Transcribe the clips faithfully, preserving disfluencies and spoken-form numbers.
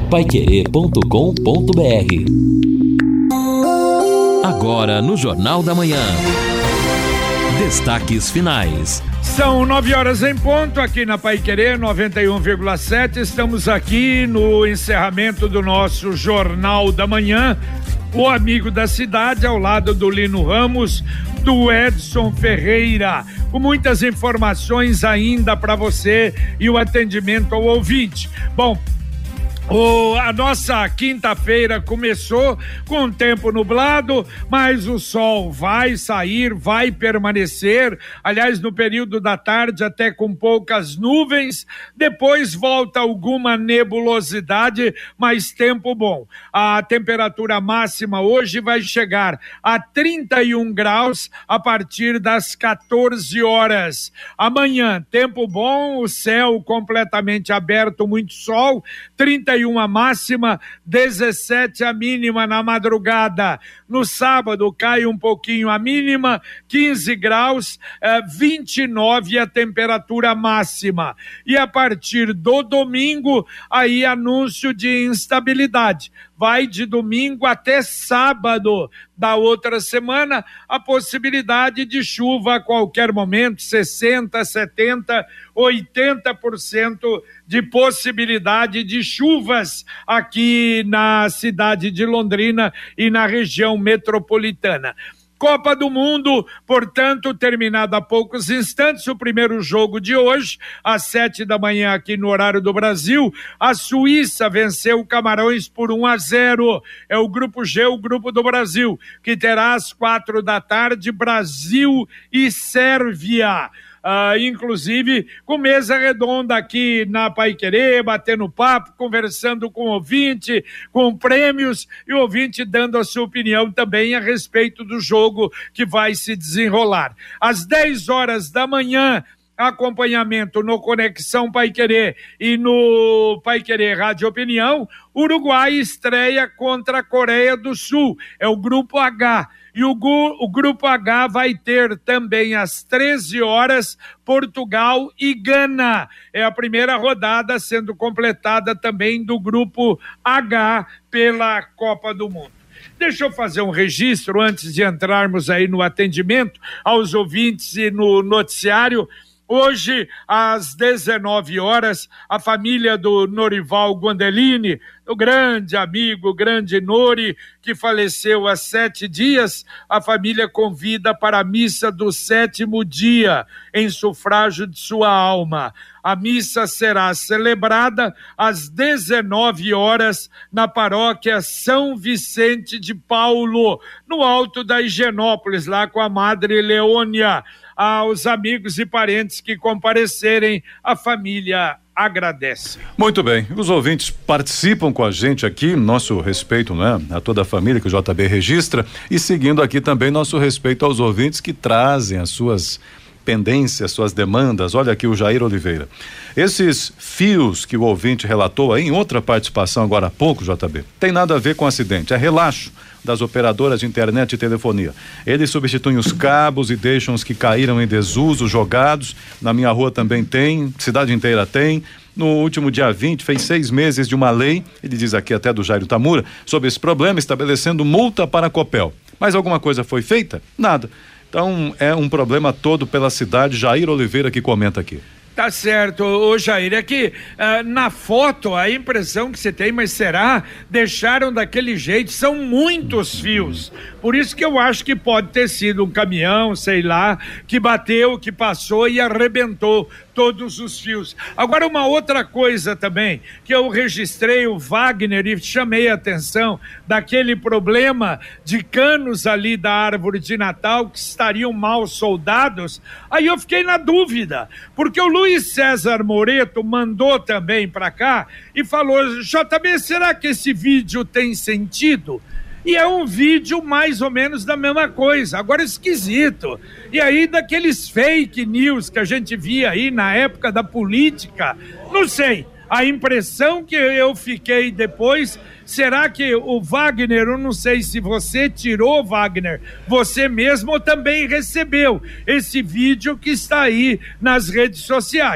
paiquerê ponto com ponto br. Agora no Jornal da Manhã. Destaques finais. São nove horas em ponto aqui na Paiquerê noventa e um vírgula sete. Estamos aqui no encerramento do nosso Jornal da Manhã. O Amigo da Cidade, ao lado do Lino Ramos, do Edson Ferreira, com muitas informações ainda para você e o atendimento ao ouvinte. Bom, O, a nossa quinta-feira começou com um tempo nublado, mas o sol vai sair, vai permanecer, aliás, no período da tarde até com poucas nuvens, depois volta alguma nebulosidade, mas tempo bom. A temperatura máxima hoje vai chegar a trinta e um graus a partir das quatorze horas. Amanhã, tempo bom, o céu completamente aberto, muito sol, trinta e um a máxima, dezessete a mínima na madrugada. No sábado cai um pouquinho a mínima, quinze graus, eh, vinte e nove a temperatura máxima. E a partir do domingo, aí anúncio de instabilidade. Vai de domingo até sábado da outra semana, a possibilidade de chuva a qualquer momento, sessenta, setenta, oitenta por cento de possibilidade de chuvas aqui na cidade de Londrina e na região metropolitana. Copa do Mundo, portanto, terminado há poucos instantes, o primeiro jogo de hoje, às sete da manhã aqui no horário do Brasil, a Suíça venceu o Camarões por um a zero, é o grupo G, o grupo do Brasil, que terá às quatro da tarde, Brasil e Sérvia. Uh, inclusive com mesa redonda aqui na Paiquerê, batendo papo, conversando com o ouvinte, com prêmios, e o ouvinte dando a sua opinião também a respeito do jogo que vai se desenrolar. Às dez horas da manhã, acompanhamento no Conexão Paiquerê e no Paiquerê Rádio Opinião, Uruguai estreia contra a Coreia do Sul, é o grupo H. E o, o Grupo H vai ter também às treze horas Portugal e Gana. É a primeira rodada sendo completada também do Grupo H pela Copa do Mundo. Deixa eu fazer um registro antes de entrarmos aí no atendimento aos ouvintes e no noticiário. Hoje, às dezenove horas, a família do Norival Gondelini, o grande amigo, o grande Nori, que faleceu há sete dias, a família convida para a missa do sétimo dia, em sufrágio de sua alma. A missa será celebrada às dezenove horas na paróquia São Vicente de Paulo, no alto da Higienópolis, lá com a Madre Leônia. Aos amigos e parentes que comparecerem, a família agradece. Muito bem, os ouvintes participam com a gente aqui, nosso respeito, né, a toda a família que o J B registra, e seguindo aqui também nosso respeito aos ouvintes que trazem as suas pendências, suas demandas. Olha aqui o Jair Oliveira. Esses fios que o ouvinte relatou aí em outra participação agora há pouco, J B, tem nada a ver com acidente, é relaxo das operadoras de internet e telefonia. Eles substituem os cabos e deixam os que caíram em desuso jogados. Na minha rua também tem, cidade inteira tem. No último dia vinte, fez seis meses de uma lei, ele diz aqui até do Jairo Tamura, sobre esse problema, estabelecendo multa para a Copel. Mas alguma coisa foi feita? Nada. Então é um problema todo pela cidade. Jair Oliveira que comenta aqui. Tá certo, ô Jair, é que uh, na foto a impressão que você tem, mas será? Deixaram daquele jeito, são muitos fios, por isso que eu acho que pode ter sido um caminhão, sei lá, que bateu, que passou e arrebentou todos os fios. Agora uma outra coisa também, que eu registrei o Wagner e chamei a atenção daquele problema de canos ali da árvore de Natal que estariam mal soldados, aí eu fiquei na dúvida, porque o Luiz César Moreto mandou também para cá e falou, J B, será que esse vídeo tem sentido? E é um vídeo mais ou menos da mesma coisa, agora esquisito. E aí daqueles fake news que a gente via aí na época da política, não sei, a impressão que eu fiquei depois, será que o Wagner, eu não sei se você tirou, Wagner, você mesmo também recebeu esse vídeo que está aí nas redes sociais.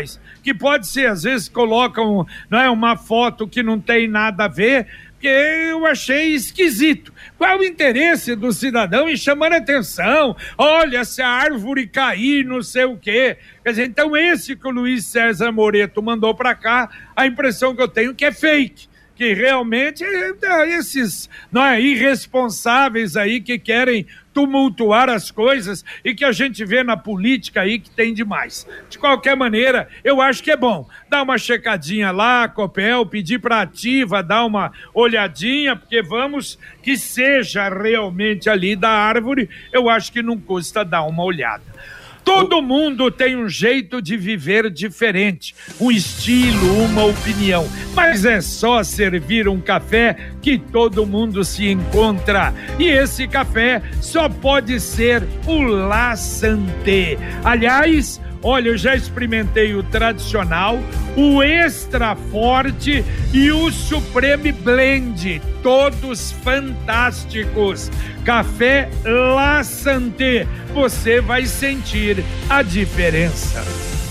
que pode ser, às vezes colocam, não é, uma foto que não tem nada a ver, que eu achei esquisito. Qual o interesse do cidadão em chamar a atenção? Olha, se a árvore cair, não sei o quê. Quer dizer, então esse que o Luiz César Moreto mandou para cá, a impressão que eu tenho que é fake. Que realmente esses, não é, irresponsáveis aí que querem tumultuar as coisas e que a gente vê na política aí que tem demais. De qualquer maneira, eu acho que é bom dar uma checadinha lá, Copel, pedir para a Ativa dar uma olhadinha, porque vamos que seja realmente ali da árvore, eu acho que não custa dar uma olhada. Todo mundo tem um jeito de viver diferente, um estilo, uma opinião, mas é só servir um café que todo mundo se encontra. E esse café só pode ser o La Santé. Aliás, olha, eu já experimentei o tradicional, o extra forte e o Supreme Blend, todos fantásticos. Café La Santé, você vai sentir a diferença.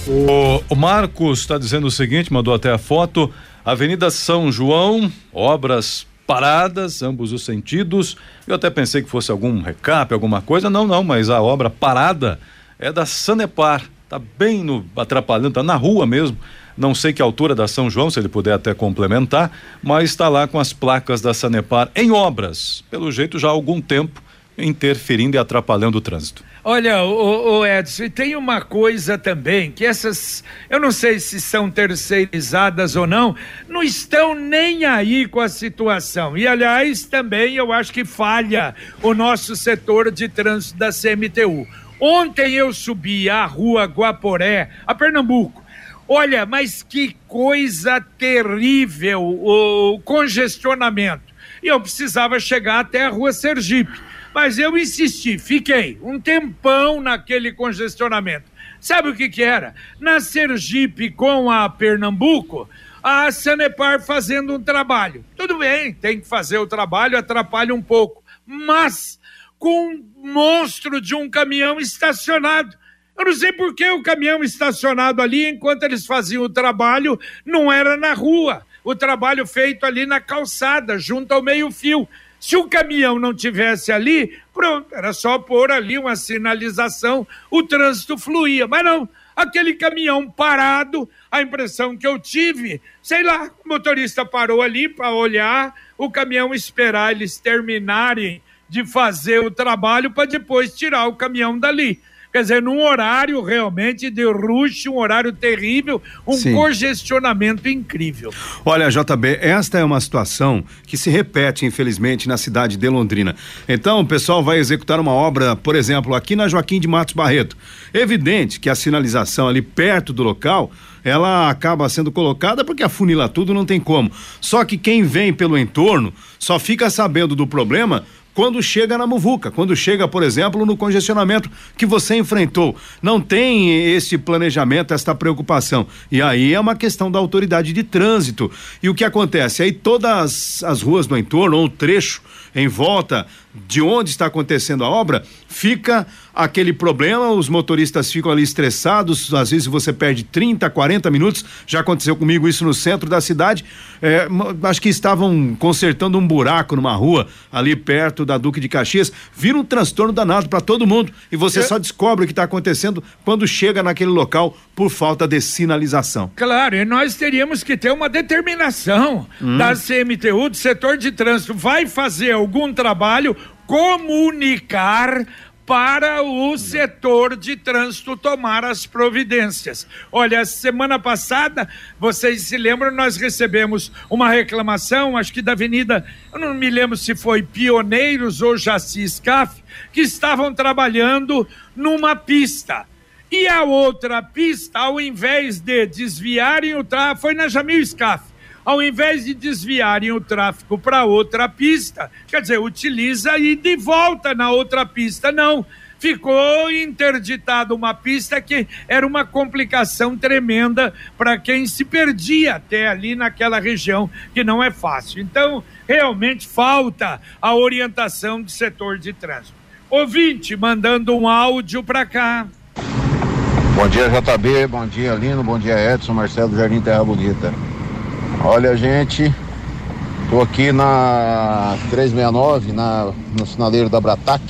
O, o Marcos está dizendo o seguinte, mandou até a foto: Avenida São João, obras paradas, ambos os sentidos. Eu até pensei que fosse algum recap, alguma coisa, não, não, mas a obra parada é da Sanepar. Tá bem no, atrapalhando, tá na rua mesmo, não sei que altura da São João, se ele puder até complementar, mas está lá com as placas da Sanepar em obras, pelo jeito já há algum tempo, interferindo e atrapalhando o trânsito. Olha, o, o Edson, e tem uma coisa também, que essas, eu não sei se são terceirizadas ou não, não estão nem aí com a situação, e aliás também eu acho que falha o nosso setor de trânsito da C M T U. Ontem eu subi a rua Guaporé, a Pernambuco. Olha, mas que coisa terrível o congestionamento. E eu precisava chegar até a rua Sergipe. Mas eu insisti, fiquei um tempão naquele congestionamento. Sabe o que que era? Na Sergipe com a Pernambuco, a Sanepar fazendo um trabalho. Tudo bem, tem que fazer o trabalho, atrapalha um pouco. Mas com um monstro de um caminhão estacionado. Eu não sei por que o caminhão estacionado ali, enquanto eles faziam o trabalho, não era na rua. O trabalho feito ali na calçada, junto ao meio-fio. Se o caminhão não tivesse ali, pronto, era só pôr ali uma sinalização, o trânsito fluía. Mas não, aquele caminhão parado, a impressão que eu tive, sei lá, o motorista parou ali para olhar, o caminhão esperar eles terminarem de fazer o trabalho para depois tirar o caminhão dali. Quer dizer, num horário realmente de rush, um horário terrível, um Sim. congestionamento incrível. Olha, J B, esta é uma situação que se repete, infelizmente, na cidade de Londrina. Então, o pessoal vai executar uma obra, por exemplo, aqui na Joaquim de Matos Barreto. Evidente que a sinalização ali perto do local, ela acaba sendo colocada porque afunila tudo, não tem como. Só que quem vem pelo entorno só fica sabendo do problema quando chega na muvuca, quando chega, por exemplo, no congestionamento que você enfrentou. Não tem esse planejamento, esta preocupação. E aí é uma questão da autoridade de trânsito. E o que acontece? Aí todas as ruas do entorno, ou um trecho em volta de onde está acontecendo a obra, fica aquele problema, os motoristas ficam ali estressados, às vezes você perde trinta, quarenta minutos, já aconteceu comigo isso no centro da cidade, é, acho que estavam consertando um buraco numa rua ali perto da Duque de Caxias, vira um transtorno danado para todo mundo e você é. só descobre o que está acontecendo quando chega naquele local por falta de sinalização. Claro, e nós teríamos que ter uma determinação hum. da C M T U, do setor de trânsito, vai fazer algum trabalho, comunicar para o setor de trânsito tomar as providências. Olha, semana passada, vocês se lembram, nós recebemos uma reclamação, acho que da avenida, eu não me lembro se foi Pioneiros ou Jaci Scaf, que estavam trabalhando numa pista. E a outra pista, ao invés de desviarem o tráfego, foi na Jamil Scaf. Ao invés de desviarem o tráfego para outra pista, quer dizer, utiliza e de volta na outra pista, não. Ficou interditada uma pista que era uma complicação tremenda para quem se perdia até ali naquela região, que não é fácil. Então, realmente falta a orientação do setor de trânsito. Ouvinte mandando um áudio para cá. Bom dia, J B, bom dia, Lino, bom dia, Edson, Marcelo do Jardim Terra Bonita. Olha, gente, tô aqui na trezentos e sessenta e nove, na, no sinaleiro da Bratac,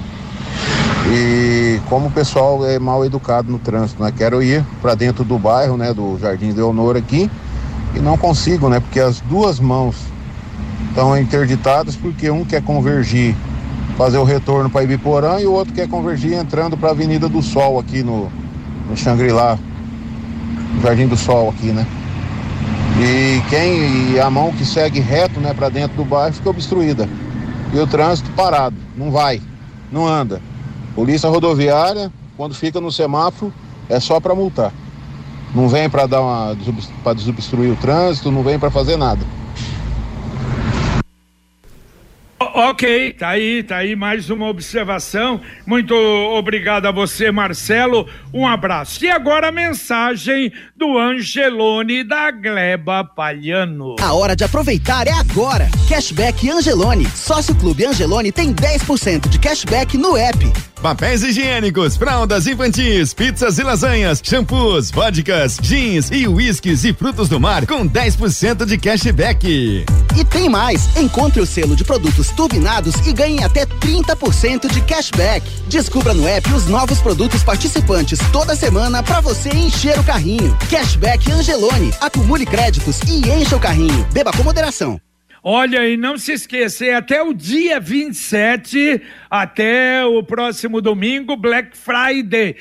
e como o pessoal é mal educado no trânsito, né? Quero ir para dentro do bairro, né, do Jardim Leonor aqui, e não consigo, né, porque as duas mãos estão interditadas, porque um quer convergir, fazer o retorno para Ibiporã, e o outro quer convergir entrando para a Avenida do Sol aqui no, no Xangri-Lá, no Jardim do Sol aqui, né? E quem e a mão que segue reto, né, para dentro do bairro fica obstruída. E o trânsito parado, não vai, não anda. Polícia rodoviária, quando fica no semáforo, é só para multar. Não vem para dar uma para desobstruir o trânsito, não vem para fazer nada. Ok, tá aí, tá aí mais uma observação. Muito obrigado a você, Marcelo. Um abraço. E agora a mensagem do Angelone da Gleba Palhano. A hora de aproveitar é agora. Cashback Angelone. Sócio Clube Angelone tem dez por cento de cashback no app. Papéis higiênicos, fraldas infantis, pizzas e lasanhas, shampoos, vodkas, jeans e uísques e frutos do mar com dez por cento de cashback. E tem mais. Encontre o selo de produtos turbinados e ganhe até trinta por cento de cashback. Descubra no app os novos produtos participantes toda semana para você encher o carrinho. Cashback Angelone. Acumule créditos e encha o carrinho. Beba com moderação. Olha, e não se esqueça, é até o dia vinte e sete, até o próximo domingo, Black Friday,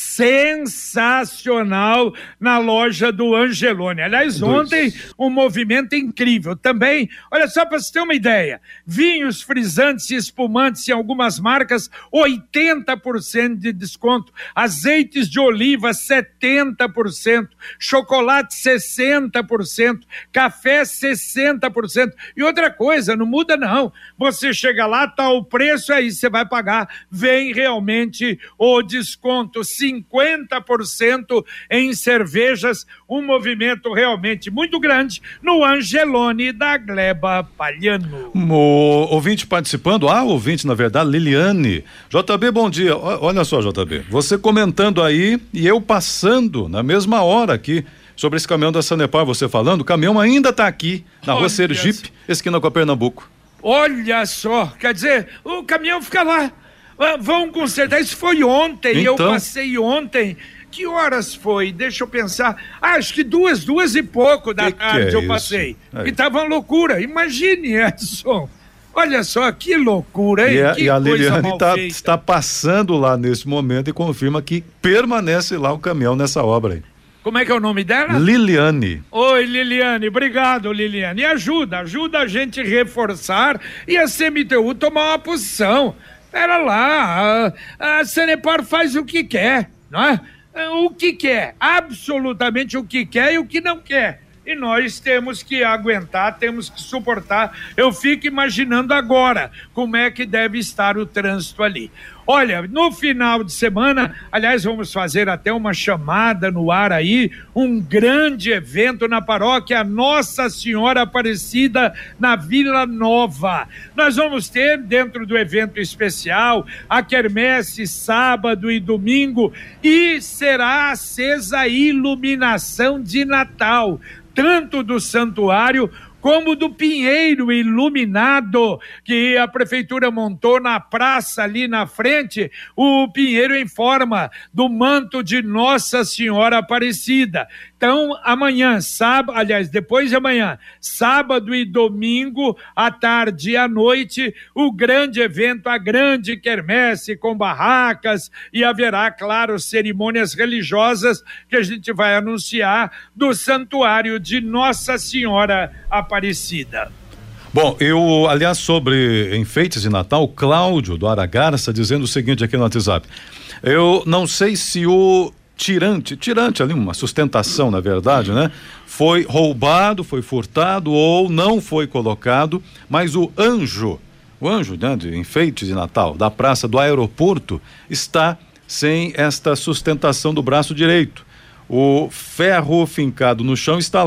sensacional na loja do Angelone. Aliás, ontem um movimento incrível também. Olha só para você ter uma ideia, vinhos, frisantes e espumantes em algumas marcas, oitenta por cento de desconto, azeites de oliva, setenta por cento, chocolate, sessenta por cento, café, sessenta por cento. E outra coisa, não muda não, você chega lá, tá o preço, aí você vai pagar, vem realmente o desconto, cinquenta por cento em cervejas, um movimento realmente muito grande no Angelone da Gleba Palhano. O ouvinte participando, ah, ouvinte na verdade, Liliane. J B, bom dia, o, olha só, J B, você comentando aí e eu passando na mesma hora aqui sobre esse caminhão da Sanepar, você falando, o caminhão ainda está aqui, na Olha rua Sergipe, esquina com a Pernambuco. Olha só, quer dizer, o caminhão fica lá, vão consertar, isso foi ontem, então... eu passei ontem, que horas foi? Deixa eu pensar, ah, acho que duas, duas e pouco da que tarde que é eu passei, é. E tava uma loucura, imagine, Edson. Olha só, que loucura, hein? E a, que e a Liliane tá, feita. está passando lá nesse momento e confirma que permanece lá o caminhão nessa obra aí. Como é que é o nome dela? Liliane. Oi, Liliane, obrigado, Liliane. E ajuda, ajuda a gente a reforçar e a C M T U tomar uma posição. Pera lá, a, a Sanepar faz o que quer, não é? O que quer, absolutamente o que quer e o que não quer. E nós temos que aguentar, temos que suportar. Eu fico imaginando agora como é que deve estar o trânsito ali. Olha, no final de semana, aliás, vamos fazer até uma chamada no ar aí, um grande evento na paróquia Nossa Senhora Aparecida, na Vila Nova. Nós vamos ter, dentro do evento especial, a quermesse sábado e domingo, e será acesa a iluminação de Natal, tanto do santuário como do pinheiro iluminado que a prefeitura montou na praça ali na frente, o pinheiro em forma do manto de Nossa Senhora Aparecida. Então, amanhã, sábado, aliás, depois de amanhã, sábado e domingo, à tarde e à noite, o grande evento, a grande quermesse com barracas, e haverá, claro, cerimônias religiosas que a gente vai anunciar do santuário de Nossa Senhora Aparecida. Bom, eu, aliás, sobre enfeites de Natal, o Cláudio do Aragarça dizendo o seguinte aqui no WhatsApp. Eu não sei se o tirante, tirante ali, uma sustentação, na verdade, né? Foi roubado, foi furtado ou não foi colocado, mas o anjo, o anjo, né, de enfeite de Natal da praça do aeroporto está sem esta sustentação do braço direito. O ferro fincado no chão está lá,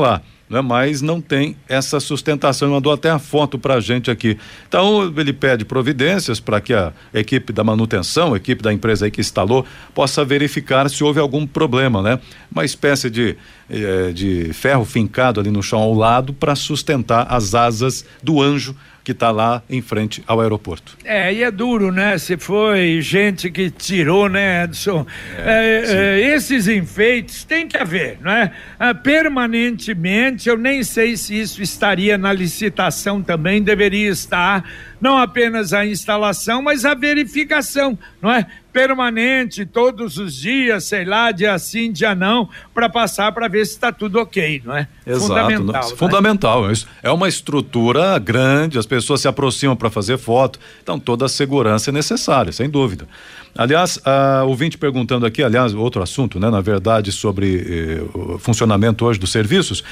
né? Mas não tem essa sustentação. Ele mandou até a foto pra gente aqui. Então ele pede providências para que a equipe da manutenção, a equipe da empresa aí que instalou, possa verificar se houve algum problema, né? Uma espécie de eh, de ferro fincado ali no chão ao lado para sustentar as asas do Anjo que está lá em frente ao aeroporto. É, e é duro, né? Se foi gente que tirou, né, Edson? É, é, é, esses enfeites tem que haver, não é? Ah, permanentemente, eu nem sei se isso estaria na licitação também, deveria estar, não apenas a instalação, mas a verificação, não é? Permanente, todos os dias, sei lá, dia sim, dia não, para passar para ver se está tudo ok, não é? Exato, fundamental. Não, fundamental. Né? É uma estrutura grande, as pessoas se aproximam para fazer foto, então toda a segurança é necessária, sem dúvida. Aliás, a ouvinte perguntando aqui, aliás, outro assunto, né? Na verdade, sobre eh, o funcionamento hoje dos serviços,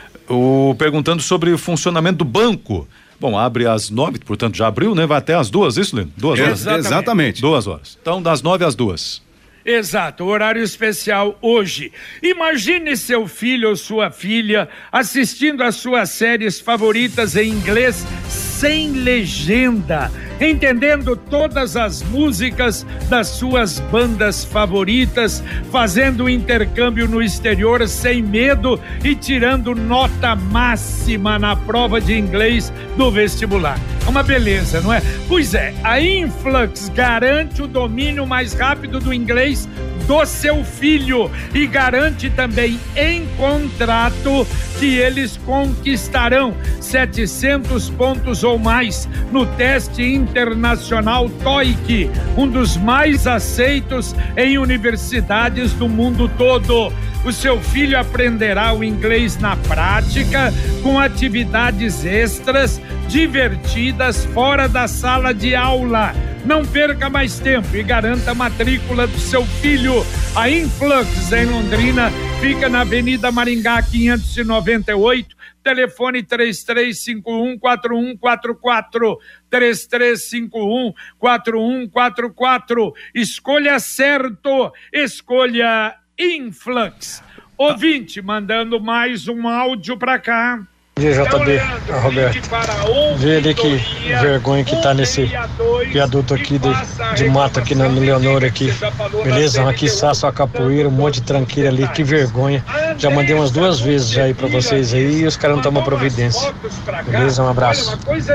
o, perguntando sobre o funcionamento do banco. Bom, abre às nove, portanto já abriu, né? Vai até às duas, isso, Lino? Duas horas? Exatamente. Exatamente. Duas horas. Então, das nove às duas. Exato, horário especial hoje. Imagine seu filho ou sua filha assistindo às suas séries favoritas em inglês sem legenda, entendendo todas as músicas das suas bandas favoritas, fazendo intercâmbio no exterior sem medo e tirando nota máxima na prova de inglês do vestibular. É uma beleza, não é? Pois é, a Influx garante o domínio mais rápido do inglês do seu filho e garante também em contrato que eles conquistarão setecentos pontos ou mais no teste internacional TOEIC, um dos mais aceitos em universidades do mundo todo. O seu filho aprenderá o inglês na prática, com atividades extras, divertidas, fora da sala de aula. Não perca mais tempo e garanta a matrícula do seu filho. A Influx em Londrina fica na Avenida Maringá quinhentos e noventa e oito, telefone três três cinco um quatro um quatro quatro, três três cinco um quatro um quatro quatro. Escolha certo, escolha Influx. Ouvinte mandando mais um áudio para cá. Dia J B, ah, Roberto, vê ali que vergonha que tá nesse viaduto aqui de, de mato aqui na Leonor aqui, beleza? Aqui Saço, a capoeira, um monte de tranqueira ali, que vergonha. Já mandei umas duas vezes já aí pra vocês aí e os caras não tomam providência, beleza? Um abraço.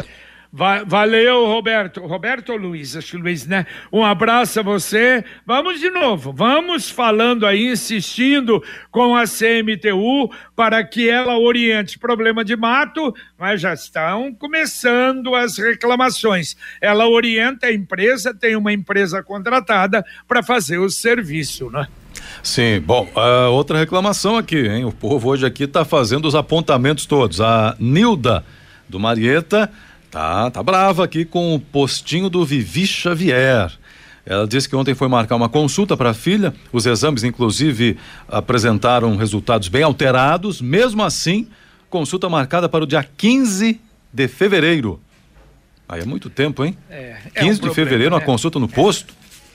Valeu, Roberto. Roberto ou Luiz? Acho que Luiz, né? Um abraço a você. Vamos de novo. Vamos falando aí, insistindo com a C M T U para que ela oriente problema de mato, mas já estão começando as reclamações. Ela orienta a empresa, tem uma empresa contratada para fazer o serviço, né? Sim, bom, uh, outra reclamação aqui, hein? O povo hoje aqui está fazendo os apontamentos todos. A Nilda do Marieta Tá, tá brava aqui com o postinho do Vivi Xavier. Ela disse que ontem foi marcar uma consulta para a filha, os exames inclusive apresentaram resultados bem alterados, mesmo assim, consulta marcada para o dia quinze de fevereiro. Aí é muito tempo, hein? É, é quinze um de fevereiro, né? Uma consulta no posto.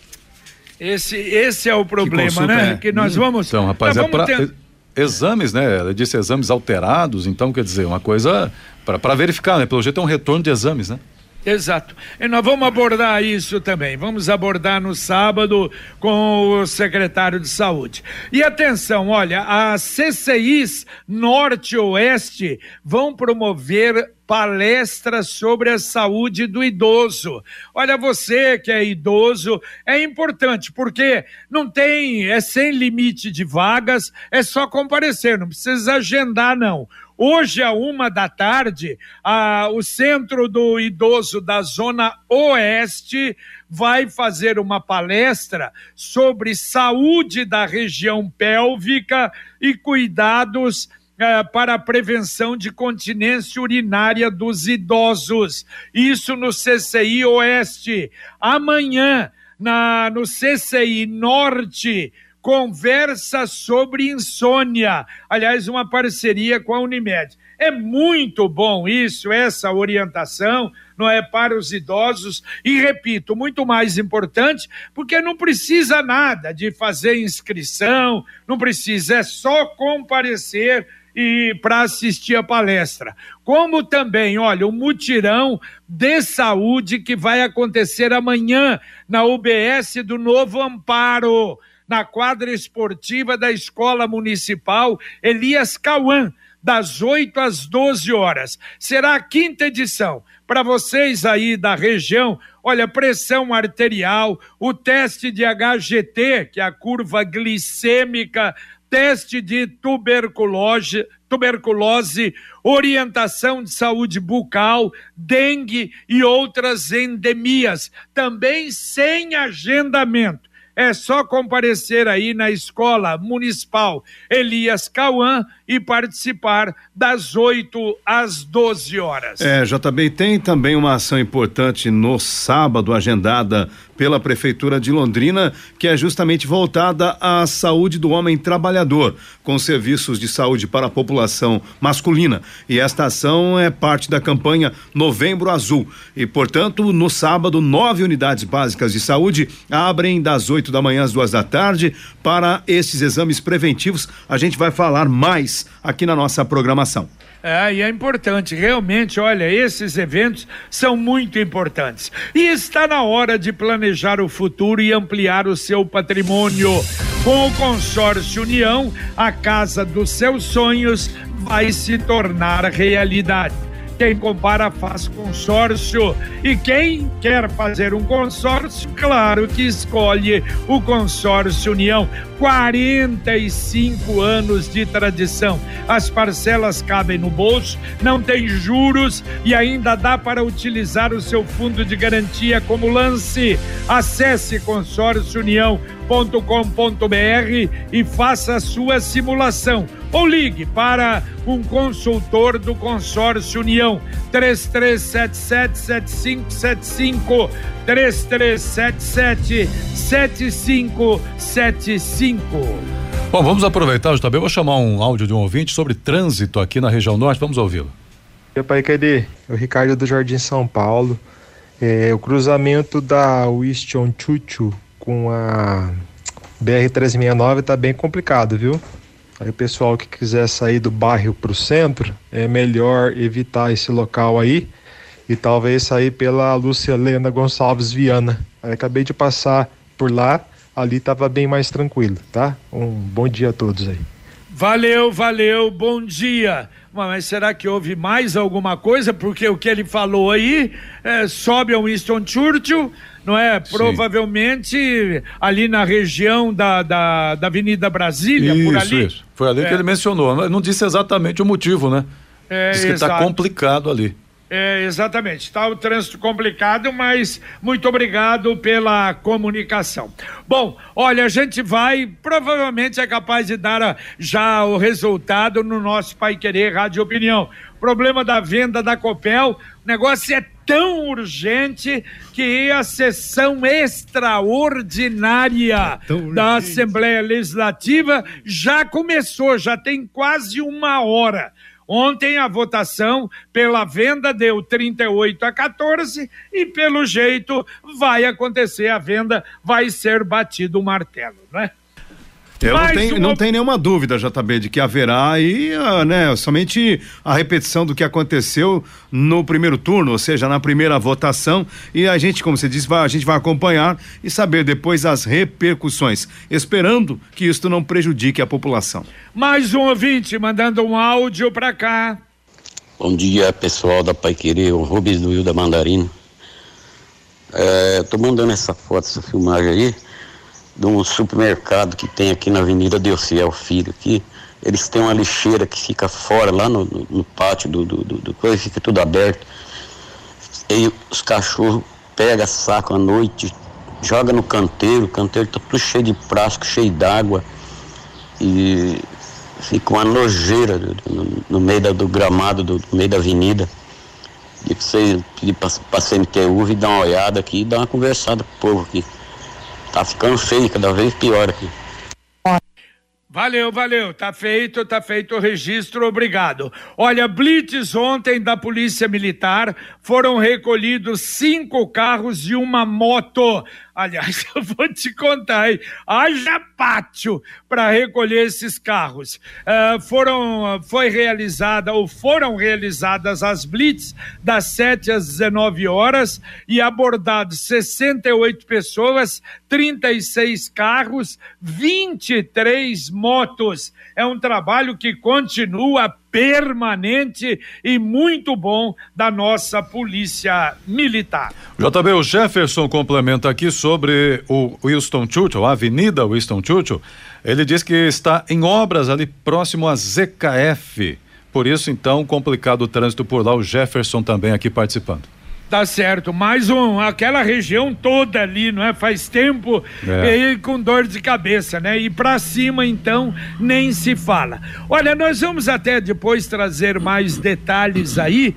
Esse, esse é o problema, né? É? Que nós vamos... Então, rapaz, é para... Ter... Exames, né? Ela disse exames alterados, então quer dizer, uma coisa para verificar, né? Pelo jeito é um retorno de exames, né? Exato. E nós vamos abordar isso também. Vamos abordar no sábado com o secretário de Saúde. E atenção, olha, as C C Is Norte-Oeste vão promover palestras sobre a saúde do idoso. Olha, você que é idoso, é importante, porque não tem, é sem limite de vagas, é só comparecer, não precisa agendar, não. Hoje, à uma da tarde, a, o Centro do Idoso da Zona Oeste vai fazer uma palestra sobre saúde da região pélvica e cuidados eh, para a prevenção de continência urinária dos idosos. Isso no C C I Oeste. Amanhã, na, no C C I Norte, conversa sobre insônia, aliás, uma parceria com a Unimed. É muito bom isso, essa orientação, não é, para os idosos, e repito, muito mais importante, porque não precisa nada de fazer inscrição, não precisa, é só comparecer e para assistir a palestra. Como também, olha, o mutirão de saúde que vai acontecer amanhã na U B S do Novo Amparo, na quadra esportiva da Escola Municipal Elias Cauã, das oito às doze horas. Será a quinta edição. Para vocês aí da região, olha, pressão arterial, o teste de H G T, que é a curva glicêmica, teste de tuberculose, tuberculose, orientação de saúde bucal, dengue e outras endemias, também sem agendamento. É só comparecer aí na Escola Municipal Elias Cauã e participar das oito às doze horas. É, J B, tem também uma ação importante no sábado, agendada pela Prefeitura de Londrina, que é justamente voltada à saúde do homem trabalhador, com serviços de saúde para a população masculina. E esta ação é parte da campanha Novembro Azul. E, portanto, no sábado, nove unidades básicas de saúde abrem das oito da manhã às duas da tarde para esses exames preventivos. A gente vai falar mais aqui na nossa programação. É, e é importante, realmente, olha, esses eventos são muito importantes. E está na hora de planejar o futuro e ampliar o seu patrimônio. Com o Consórcio União, a casa dos seus sonhos vai se tornar realidade. Quem compara faz consórcio, e quem quer fazer um consórcio, claro que escolhe o Consórcio União. quarenta e cinco anos de tradição. As parcelas cabem no bolso, não tem juros e ainda dá para utilizar o seu fundo de garantia como lance. Acesse consórcio união ponto com ponto br e faça a sua simulação. Ou ligue para um consultor do Consórcio União, três três sete sete, sete cinco sete cinco, três três sete sete, sete cinco sete cinco. Bom, vamos aproveitar, eu também vou chamar um áudio de um ouvinte sobre trânsito aqui na região norte, vamos ouvi-lo. Meu pai, cadê? O Ricardo do Jardim São Paulo. É, o cruzamento da Winston Churchill com a B R trezentos e sessenta e nove tá bem complicado, viu? Aí o pessoal que quiser sair do bairro pro centro, é melhor evitar esse local aí e talvez sair pela Lúcia Helena Gonçalves Viana. Aí acabei de passar por lá, ali tava bem mais tranquilo, tá? Um bom dia a todos aí. Valeu, valeu, bom dia. Mas será que houve mais alguma coisa? Porque o que ele falou aí é, sobe ao Winston Churchill, não é? Sim. Provavelmente ali na região da, da, da Avenida Brasília, isso, por ali. Isso, foi ali é. que ele mencionou. Não disse exatamente o motivo, né? É, Diz que está complicado ali. É, exatamente, está o trânsito complicado, mas muito obrigado pela comunicação. Bom, olha, a gente vai, provavelmente é capaz de dar a, já o resultado no nosso Pai Querer Rádio Opinião. Problema da venda da Copel, o negócio é tão urgente que a sessão extraordinária é da Assembleia Legislativa já começou, já tem quase uma hora. Ontem a votação pela venda deu trinta e oito a quatorze e pelo jeito vai acontecer a venda, vai ser batido o martelo, não é? Eu não tenho, uma... não tenho nenhuma dúvida, J B, de que haverá aí, uh, né, somente a repetição do que aconteceu no primeiro turno, ou seja, na primeira votação, e a gente, como você disse, vai, a gente vai acompanhar e saber depois as repercussões, esperando que isso não prejudique a população. Mais um ouvinte mandando um áudio pra cá. Bom dia, pessoal da Pai Querer, o Rubens do Rio da Mandarina. É, tô mandando essa foto, essa filmagem aí, de um supermercado que tem aqui na Avenida Delciel Filho aqui. Eles têm uma lixeira que fica fora, lá no, no, no pátio do, do, do, do coisa, fica tudo aberto. E os cachorros pegam saco à noite, joga no canteiro, o canteiro tá tudo cheio de plástico, cheio d'água. E fica uma nojeira no, no meio da, do gramado, do, no meio da avenida. E você pedir pra, pra C M T U vir dar uma olhada aqui e dar uma conversada com o povo aqui. Tá ficando feio, cada vez pior aqui. Valeu, valeu, tá feito, tá feito o registro, obrigado. Olha, blitz ontem da Polícia Militar, foram recolhidos cinco carros e uma moto Aliás, eu vou te contar, hein? Haja pátio para recolher esses carros. Uh, foram, foi realizada, ou foram realizadas as blitz das sete às dezenove horas e abordados sessenta e oito pessoas, trinta e seis carros, vinte e três motos. É um trabalho que continua permanente e muito bom da nossa polícia militar. J B, o Jefferson complementa aqui sobre o Winston Churchill, a Avenida Winston Churchill. Ele diz que está em obras ali próximo a Z K F. Por isso, então, complicado o trânsito por lá. O Jefferson também aqui participando. Tá certo, mais um, aquela região toda ali, não é? Faz tempo é. e com dor de cabeça, né? E pra cima, então, nem se fala. Olha, nós vamos até depois trazer mais detalhes aí.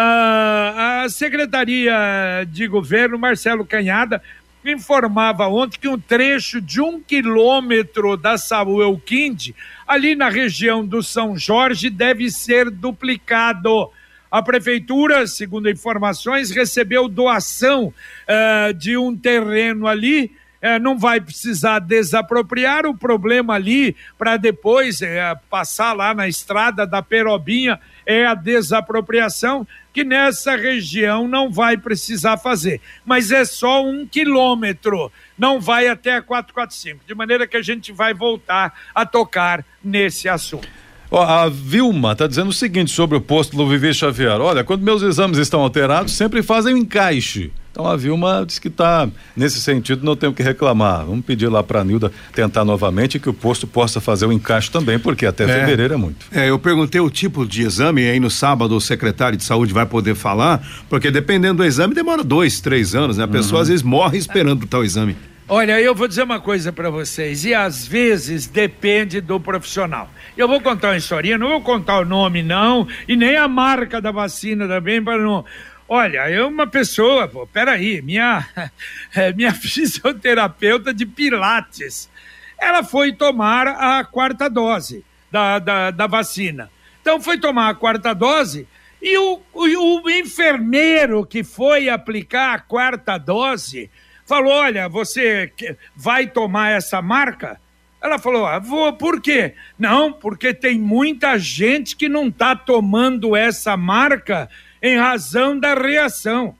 Ah, a Secretaria de Governo, Marcelo Canhada, informava ontem que um trecho de um quilômetro da Samuel Quinde, ali na região do São Jorge, deve ser duplicado. A prefeitura, segundo informações, recebeu doação uh, de um terreno ali, uh, não vai precisar desapropriar. O problema ali, para depois uh, passar lá na estrada da Perobinha, é a desapropriação, que nessa região não vai precisar fazer. Mas é só um quilômetro, não vai até a quatrocentos e quarenta e cinco, de maneira que a gente vai voltar a tocar nesse assunto. Ó, a Vilma está dizendo o seguinte sobre o posto do Vivi Xavier: olha, quando meus exames estão alterados, sempre fazem um encaixe. Então a Vilma diz que está nesse sentido, não tem o que reclamar. Vamos pedir lá para a Nilda tentar novamente que o posto possa fazer o encaixe também, porque até é, fevereiro é muito. É, eu perguntei o tipo de exame, e aí no sábado o secretário de saúde vai poder falar, porque dependendo do exame demora dois, três anos, né? A pessoa uhum. às vezes morre esperando tal exame. Olha, eu vou dizer uma coisa para vocês, e às vezes depende do profissional. Eu vou contar uma historinha, não vou contar o nome não, e nem a marca da vacina também, para não... Olha, eu uma pessoa, pô, peraí, minha, minha fisioterapeuta de pilates, ela foi tomar a quarta dose da, da, da vacina. Então foi tomar a quarta dose e o, o, o enfermeiro que foi aplicar a quarta dose falou: olha, você vai tomar essa marca? Ela falou: ah, vou, por quê? Não, porque tem muita gente que não está tomando essa marca em razão da reação.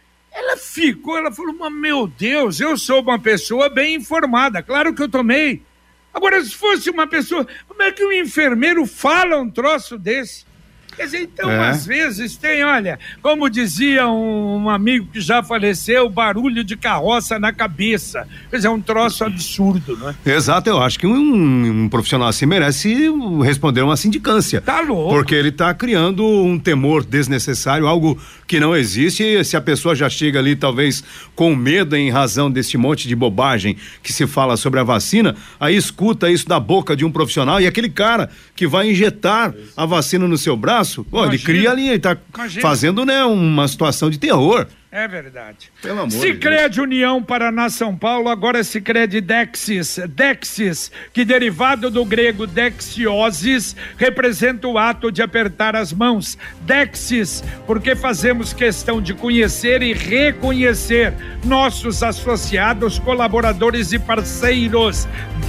Ela ficou, ela falou: mas meu Deus, eu sou uma pessoa bem informada, claro que eu tomei. Agora, se fosse uma pessoa, como é que um enfermeiro fala um troço desse? Quer dizer, então, é. às vezes tem, olha, como dizia um, um amigo que já faleceu, barulho de carroça na cabeça. Quer dizer, é um troço absurdo, não é? Exato, eu acho que um, um profissional assim merece responder uma sindicância. Tá louco. Porque ele tá criando um temor desnecessário, algo que não existe, e se a pessoa já chega ali, talvez, com medo em razão desse monte de bobagem que se fala sobre a vacina, aí escuta isso da boca de um profissional, e aquele cara que vai injetar a vacina no seu braço, Pô, ele cria ali, ele tá Imagina. fazendo, né, uma situação de terror. É verdade. Pelo amor Sicredi de Deus. União Paraná São Paulo, agora Sicredi Dexis. Dexis, que derivado do grego dexiosis, representa o ato de apertar as mãos. Dexis, porque fazemos questão de conhecer e reconhecer nossos associados, colaboradores e parceiros.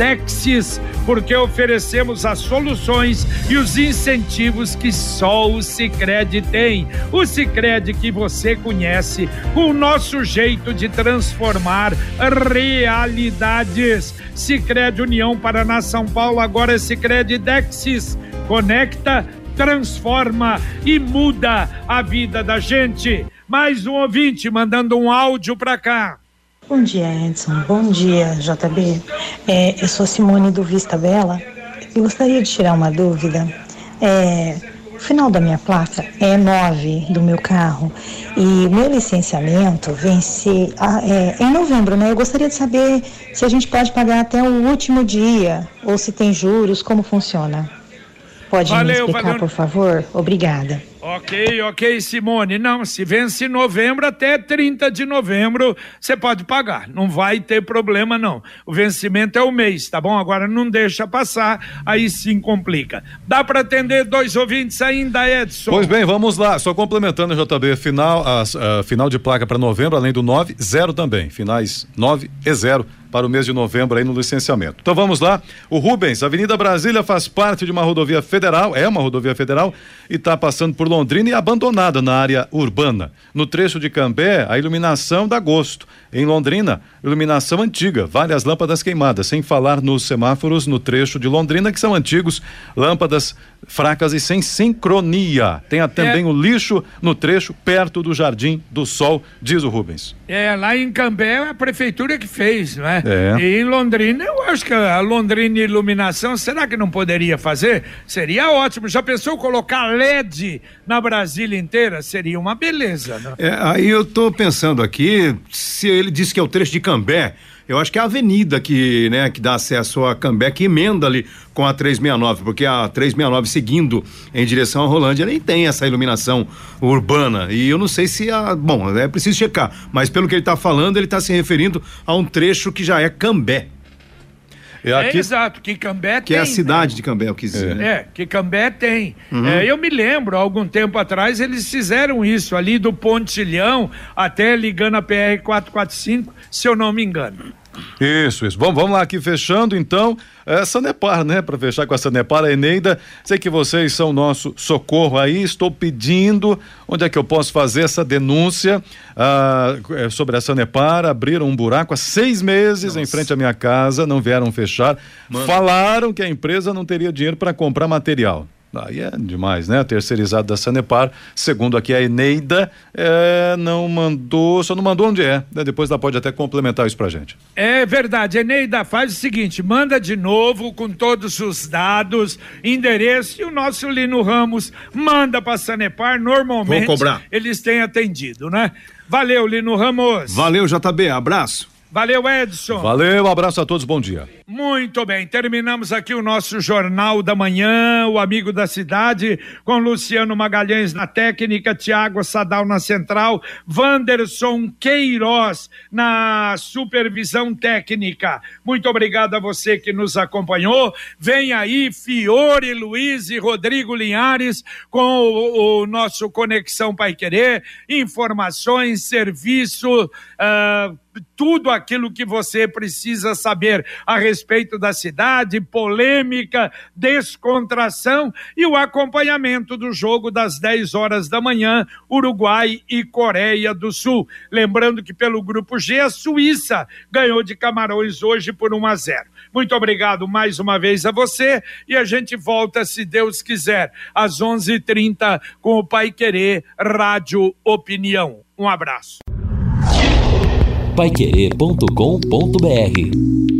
Dexis, porque oferecemos as soluções e os incentivos que só o Sicredi tem. O Sicredi que você conhece, com o nosso jeito de transformar realidades. Sicredi União Paraná São Paulo, agora é Sicredi Dexis. Conecta, transforma e muda a vida da gente. Mais um ouvinte mandando um áudio pra cá. Bom dia, Edson. Bom dia, J B. É, eu sou Simone do Vista Bela e gostaria de tirar uma dúvida. É... O final da minha placa é nove do meu carro e meu licenciamento vence a, é, em novembro, né? Eu gostaria de saber se a gente pode pagar até o último dia ou se tem juros, como funciona. Pode Valeu, me explicar, valeu. por favor? Obrigada. Ok, ok, Simone. Não, se vence em novembro, até trinta de novembro, você pode pagar. Não vai ter problema, não. O vencimento é o mês, tá bom? Agora não deixa passar, aí sim complica. Dá para atender dois ouvintes ainda, Edson? Pois bem, vamos lá. Só complementando, J B, final, a, a, final de placa para novembro, além do nove, zero também. Finais nove e zero para o mês de novembro aí no licenciamento. Então vamos lá. O Rubens, Avenida Brasília faz parte de uma rodovia federal, é uma rodovia federal e está passando por Londrina e abandonada na área urbana. No trecho de Cambé, a iluminação dá gosto. Em Londrina, iluminação antiga, várias lâmpadas queimadas, sem falar nos semáforos no trecho de Londrina, que são antigos, lâmpadas fracas e sem sincronia. Tem também é. o lixo no trecho perto do Jardim do Sol, diz o Rubens. É, lá em Cambé é a prefeitura que fez, não é? É. E em Londrina, eu acho que a Londrina Iluminação, será que não poderia fazer? Seria ótimo. Já pensou colocar L E D na Brasília inteira? Seria uma beleza, né? É, aí eu tô pensando aqui, se ele disse que é o trecho de Cambé, eu acho que é a avenida que, né, que dá acesso a Cambé, que emenda ali com a trezentos e sessenta e nove, porque a trezentos e sessenta e nove seguindo em direção à Rolândia nem tem essa iluminação urbana, e eu não sei se a, bom, é preciso checar, mas pelo que ele está falando, ele está se referindo a um trecho que já é Cambé. É, aqui, é exato, que Cambé que tem. Que é a cidade né? de Cambé, eu quis dizer. É, né? é que Cambé tem. Uhum. É, eu me lembro, há algum tempo atrás, eles fizeram isso ali do Pontilhão até ligando a P R quatrocentos e quarenta e cinco, se eu não me engano. Isso, isso. Bom, vamos lá aqui fechando então, é, Sanepar, né? Para fechar com a Sanepar, a Eneida, sei que vocês são nosso socorro aí, estou pedindo onde é que eu posso fazer essa denúncia ah, sobre a Sanepar. Abriram um buraco há seis meses Nossa. em frente à minha casa, não vieram fechar. Mano. Falaram que a empresa não teria dinheiro para comprar material. Aí é demais, né? Terceirizado da Sanepar, segundo aqui a Eneida, é, não mandou, só não mandou onde é, né? Depois ela pode até complementar isso pra gente. É verdade, Eneida, faz o seguinte, manda de novo com todos os dados, endereço, e o nosso Lino Ramos manda pra Sanepar, normalmente Vou cobrar. Eles têm atendido, né? Valeu, Lino Ramos. Valeu, J B, abraço. Valeu, Edson. Valeu, um abraço a todos, bom dia. Muito bem, terminamos aqui o nosso Jornal da Manhã, o Amigo da Cidade, com Luciano Magalhães na técnica, Tiago Sadal na central, Wanderson Queiroz na supervisão técnica. Muito obrigado a você que nos acompanhou. Vem aí Fiore Luiz e Rodrigo Linhares com o, o nosso Conexão Paiquerê, informações, serviço, uh, tudo aquilo que você precisa saber a respeito da cidade, polêmica, descontração e o acompanhamento do jogo das dez horas da manhã, Uruguai e Coreia do Sul. Lembrando que pelo grupo G, a Suíça ganhou de Camarões hoje por um a zero. Muito obrigado mais uma vez a você e a gente volta, se Deus quiser, às onze e trinta com o Paiquerê Rádio Opinião. Um abraço. paiquerê ponto com ponto br